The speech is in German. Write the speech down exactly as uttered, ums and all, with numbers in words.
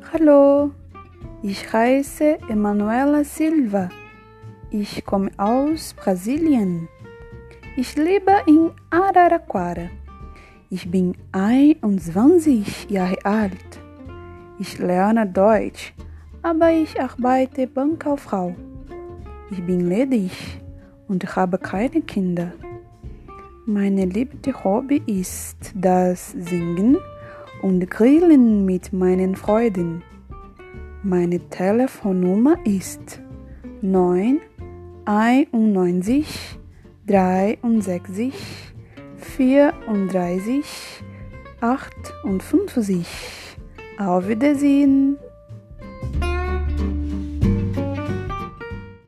Hallo, ich heiße Emanuela Silva. Ich komme aus Brasilien. Ich lebe in Araraquara. Ich bin einundzwanzig Jahre alt. Ich lerne Deutsch, aber ich arbeite Bankkauffrau. Ich bin ledig und habe keine Kinder. Meine liebste Hobby ist das Singen und Grillen mit meinen Freunden. Meine Telefonnummer ist neun einundneunzig dreiundsechzig vierunddreißig achtundfünfzig. Auf Wiedersehen!